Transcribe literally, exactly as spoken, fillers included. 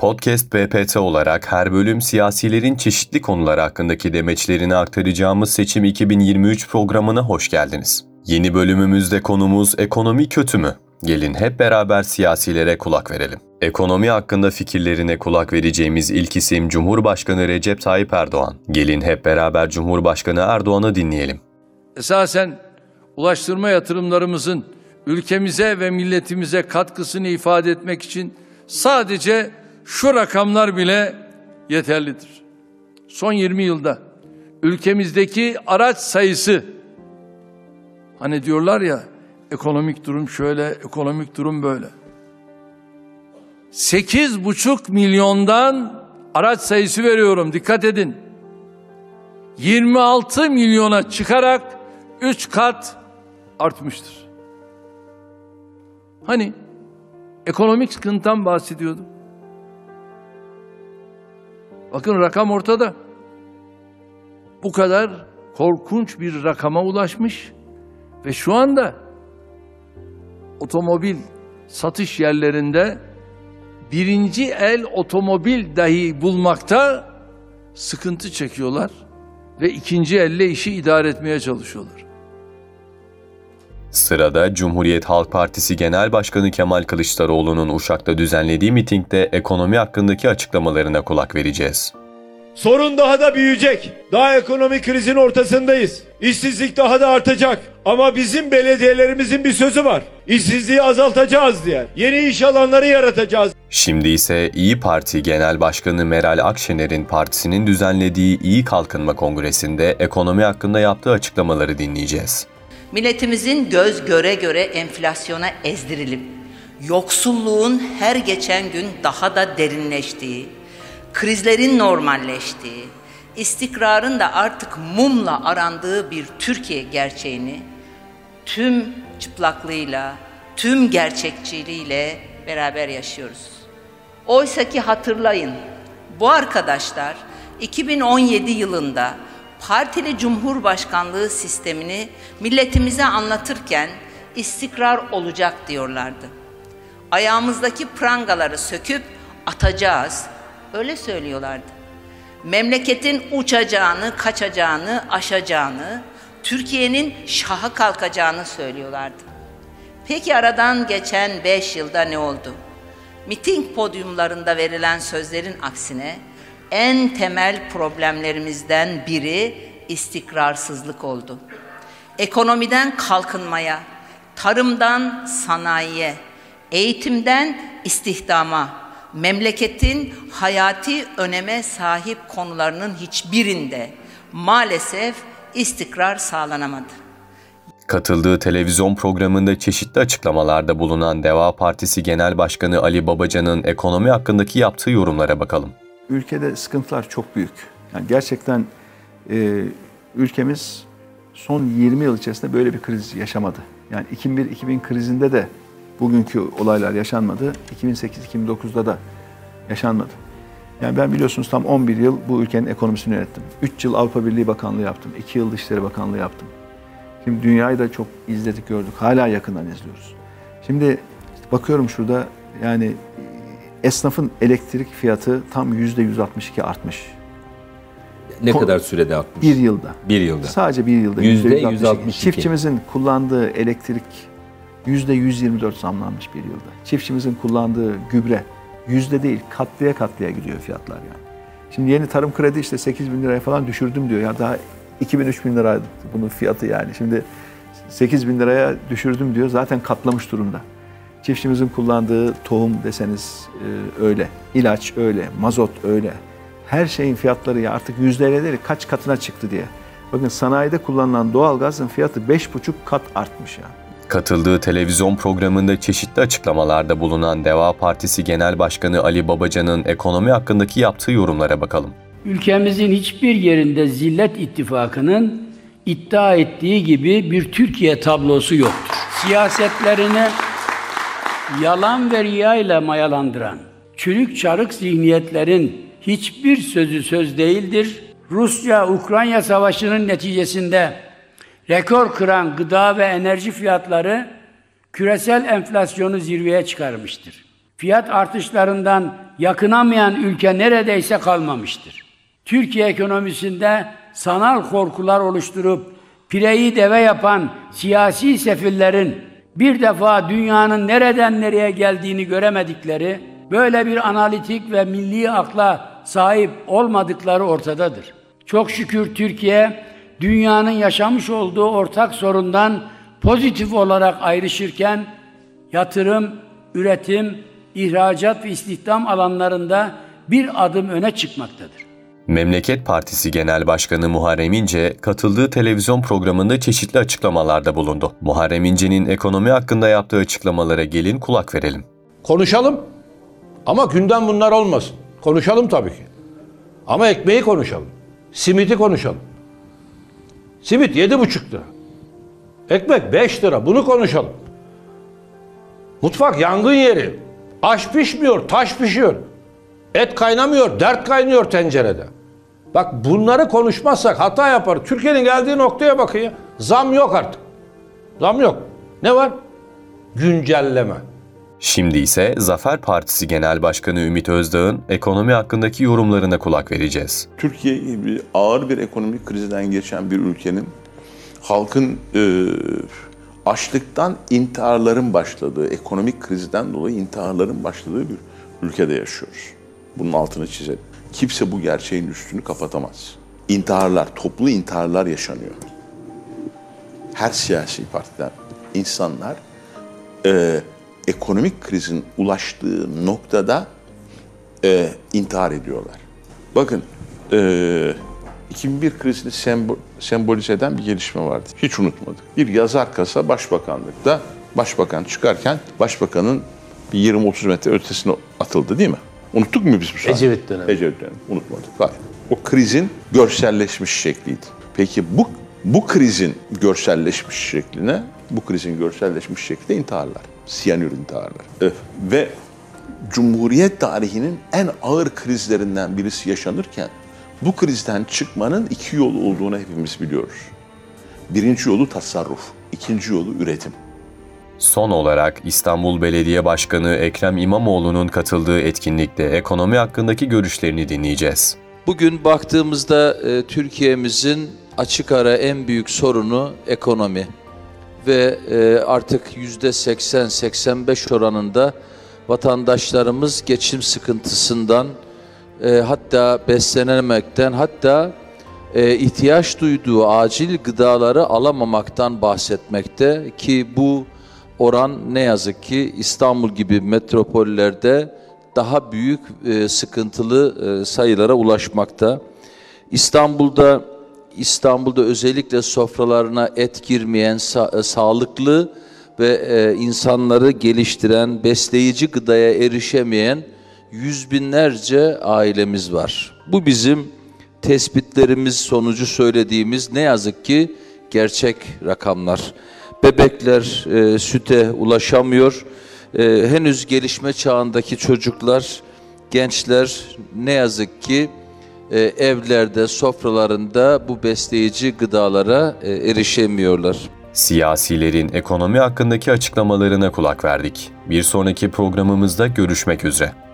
Podcast P P T olarak her bölüm siyasilerin çeşitli konular hakkındaki demeçlerini aktaracağımız Seçim iki bin yirmi üç programına hoş geldiniz. Yeni bölümümüzde konumuz ekonomi kötü mü? Gelin hep beraber siyasilere kulak verelim. Ekonomi hakkında fikirlerine kulak vereceğimiz ilk isim Cumhurbaşkanı Recep Tayyip Erdoğan. Gelin hep beraber Cumhurbaşkanı Erdoğan'ı dinleyelim. Esasen ulaştırma yatırımlarımızın ülkemize ve milletimize katkısını ifade etmek için sadece şu rakamlar bile yeterlidir. Son yirmi yılda ülkemizdeki araç sayısı, hani diyorlar ya ekonomik durum şöyle, ekonomik durum böyle. sekiz buçuk milyondan araç sayısı veriyorum, dikkat edin. yirmi altı milyona çıkarak üç kat artmıştır. Hani ekonomik sıkıntıdan bahsediyordum. Bakın rakam ortada. Bu kadar korkunç bir rakama ulaşmış ve şu anda otomobil satış yerlerinde birinci el otomobil dahi bulmakta sıkıntı çekiyorlar ve ikinci elle işi idare etmeye çalışıyorlar. Sırada Cumhuriyet Halk Partisi Genel Başkanı Kemal Kılıçdaroğlu'nun Uşak'ta düzenlediği mitingde ekonomi hakkındaki açıklamalarına kulak vereceğiz. Sorun daha da büyüyecek. Daha ekonomik krizin ortasındayız. İşsizlik daha da artacak. Ama bizim belediyelerimizin bir sözü var. İşsizliği azaltacağız diye. Yeni iş alanları yaratacağız. Şimdi ise İyi Parti Genel Başkanı Meral Akşener'in partisinin düzenlediği İyi Kalkınma Kongresi'nde ekonomi hakkında yaptığı açıklamaları dinleyeceğiz. Milletimizin göz göre göre enflasyona ezdirilip, yoksulluğun her geçen gün daha da derinleştiği, krizlerin normalleştiği, istikrarın da artık mumla arandığı bir Türkiye gerçeğini tüm çıplaklığıyla, tüm gerçekçiliğiyle beraber yaşıyoruz. Oysa ki hatırlayın, bu arkadaşlar iki bin on yedi yılında partili cumhurbaşkanlığı sistemini milletimize anlatırken istikrar olacak diyorlardı. Ayağımızdaki prangaları söküp atacağız, öyle söylüyorlardı. Memleketin uçacağını, kaçacağını, aşacağını, Türkiye'nin şaha kalkacağını söylüyorlardı. Peki aradan geçen beş yılda ne oldu? Miting podyumlarında verilen sözlerin aksine en temel problemlerimizden biri istikrarsızlık oldu. Ekonomiden kalkınmaya, tarımdan sanayiye, eğitimden istihdama, memleketin hayati öneme sahip konularının hiçbirinde maalesef istikrar sağlanamadı. Katıldığı televizyon programında çeşitli açıklamalarda bulunan Deva Partisi Genel Başkanı Ali Babacan'ın ekonomi hakkındaki yaptığı yorumlara bakalım. Ülkede sıkıntılar çok büyük. Yani gerçekten e, ülkemiz son yirmi yıl içerisinde böyle bir kriz yaşamadı. Yani iki bin bir iki bin krizinde de bugünkü olaylar yaşanmadı. iki bin sekiz iki bin dokuzda da yaşanmadı. Yani ben biliyorsunuz tam on bir yıl bu ülkenin ekonomisini yönettim. üç yıl Avrupa Birliği Bakanlığı yaptım. iki yıl Dışişleri Bakanlığı yaptım. Şimdi dünyayı da çok izledik, gördük. Hala yakından izliyoruz. Şimdi bakıyorum şurada, yani esnafın elektrik fiyatı tam yüzde yüz altmış iki artmış. Ne kadar sürede artmış? Bir yılda. Bir yılda. Sadece bir yılda. Yüzde yüz altmış iki. Çiftçimizin kullandığı elektrik yüzde yüz yirmi dört zamlanmış bir yılda. Çiftçimizin kullandığı gübre yüzde değil, katlıya katlıya gidiyor fiyatlar yani. Şimdi yeni tarım kredi işte sekiz bin liraya falan düşürdüm diyor. Ya daha iki bin üç bin liraydı bunun fiyatı yani. Şimdi sekiz bin liraya düşürdüm diyor. Zaten katlamış durumda. Çiftçimizin kullandığı tohum deseniz e, öyle, ilaç öyle, mazot öyle. Her şeyin fiyatları ya artık yüzdeleri kaç katına çıktı diye. Bakın sanayide kullanılan doğalgazın fiyatı beş buçuk kat artmış ya. Katıldığı televizyon programında çeşitli açıklamalarda bulunan Deva Partisi Genel Başkanı Ali Babacan'ın ekonomi hakkındaki yaptığı yorumlara bakalım. Ülkemizin hiçbir yerinde Zillet İttifakı'nın iddia ettiği gibi bir Türkiye tablosu yoktur. Siyasetlerini yalan ve riyayla mayalandıran, çürük çarık zihniyetlerin hiçbir sözü söz değildir. Rusya-Ukrayna savaşının neticesinde rekor kıran gıda ve enerji fiyatları küresel enflasyonu zirveye çıkarmıştır. Fiyat artışlarından yakınamayan ülke neredeyse kalmamıştır. Türkiye ekonomisinde sanal korkular oluşturup pireyi deve yapan siyasi sefillerin bir defa dünyanın nereden nereye geldiğini göremedikleri, böyle bir analitik ve milli akla sahip olmadıkları ortadadır. Çok şükür Türkiye, dünyanın yaşamış olduğu ortak sorundan pozitif olarak ayrışırken, yatırım, üretim, ihracat ve istihdam alanlarında bir adım öne çıkmaktadır. Memleket Partisi Genel Başkanı Muharrem İnce katıldığı televizyon programında çeşitli açıklamalarda bulundu. Muharrem İnce'nin ekonomi hakkında yaptığı açıklamalara gelin kulak verelim. Konuşalım ama gündem bunlar olmasın. Konuşalım tabii ki. Ama ekmeği konuşalım. Simiti konuşalım. Simit yedi buçuk lira. Ekmek beş lira. Bunu konuşalım. Mutfak yangın yeri. Aş pişmiyor, taş pişiyor. Et kaynamıyor, dert kaynıyor tencerede. Bak bunları konuşmazsak hata yapar. Türkiye'nin geldiği noktaya bakın ya. Zam yok artık. Zam yok. Ne var? Güncelleme. Şimdi ise Zafer Partisi Genel Başkanı Ümit Özdağ'ın ekonomi hakkındaki yorumlarına kulak vereceğiz. Türkiye gibi ağır bir ekonomik krizden geçen bir ülkenin halkın e, açlıktan intiharların başladığı, ekonomik krizden dolayı intiharların başladığı bir ülkede yaşıyoruz. Bunun altını çizelim. Kimse bu gerçeğin üstünü kapatamaz. İntiharlar, toplu intiharlar yaşanıyor. Her siyasi partiden insanlar e, ekonomik krizin ulaştığı noktada e, intihar ediyorlar. Bakın, e, iki bin bir krizini sembol, sembolize eden bir gelişme vardı. Hiç unutmadık. Bir yazar kasa başbakanlıkta, başbakan çıkarken başbakanın bir yirmi otuz metre ötesine atıldı değil mi? Unuttuk mu biz bu sahneyi? Ecevit dönemi. Ecevit dönemi. Unutmadık. Hayır. O krizin görselleşmiş şekliydi. Peki bu bu krizin görselleşmiş şekline, bu krizin görselleşmiş şekli de intiharlar. Siyanür intiharlar. Evet. Ve Cumhuriyet tarihinin en ağır krizlerinden birisi yaşanırken bu krizden çıkmanın iki yolu olduğunu hepimiz biliyoruz. Birinci yolu tasarruf, ikinci yolu üretim. Son olarak İstanbul Belediye Başkanı Ekrem İmamoğlu'nun katıldığı etkinlikte ekonomi hakkındaki görüşlerini dinleyeceğiz. Bugün baktığımızda e, Türkiye'mizin açık ara en büyük sorunu ekonomi ve e, artık yüzde seksen seksen beş oranında vatandaşlarımız geçim sıkıntısından e, hatta beslenemekten hatta e, ihtiyaç duyduğu acil gıdaları alamamaktan bahsetmekte ki bu oran ne yazık ki İstanbul gibi metropollerde daha büyük e, sıkıntılı e, sayılara ulaşmakta. İstanbul'da İstanbul'da özellikle sofralarına et girmeyen, sa- sağlıklı ve e, insanları geliştiren, besleyici gıdaya erişemeyen yüz binlerce ailemiz var. Bu bizim tespitlerimiz sonucu söylediğimiz ne yazık ki gerçek rakamlar. Bebekler e, süte ulaşamıyor. E, henüz gelişme çağındaki çocuklar, gençler ne yazık ki e, evlerde, sofralarında bu besleyici gıdalara e, erişemiyorlar. Siyasilerin ekonomi hakkındaki açıklamalarına kulak verdik. Bir sonraki programımızda görüşmek üzere.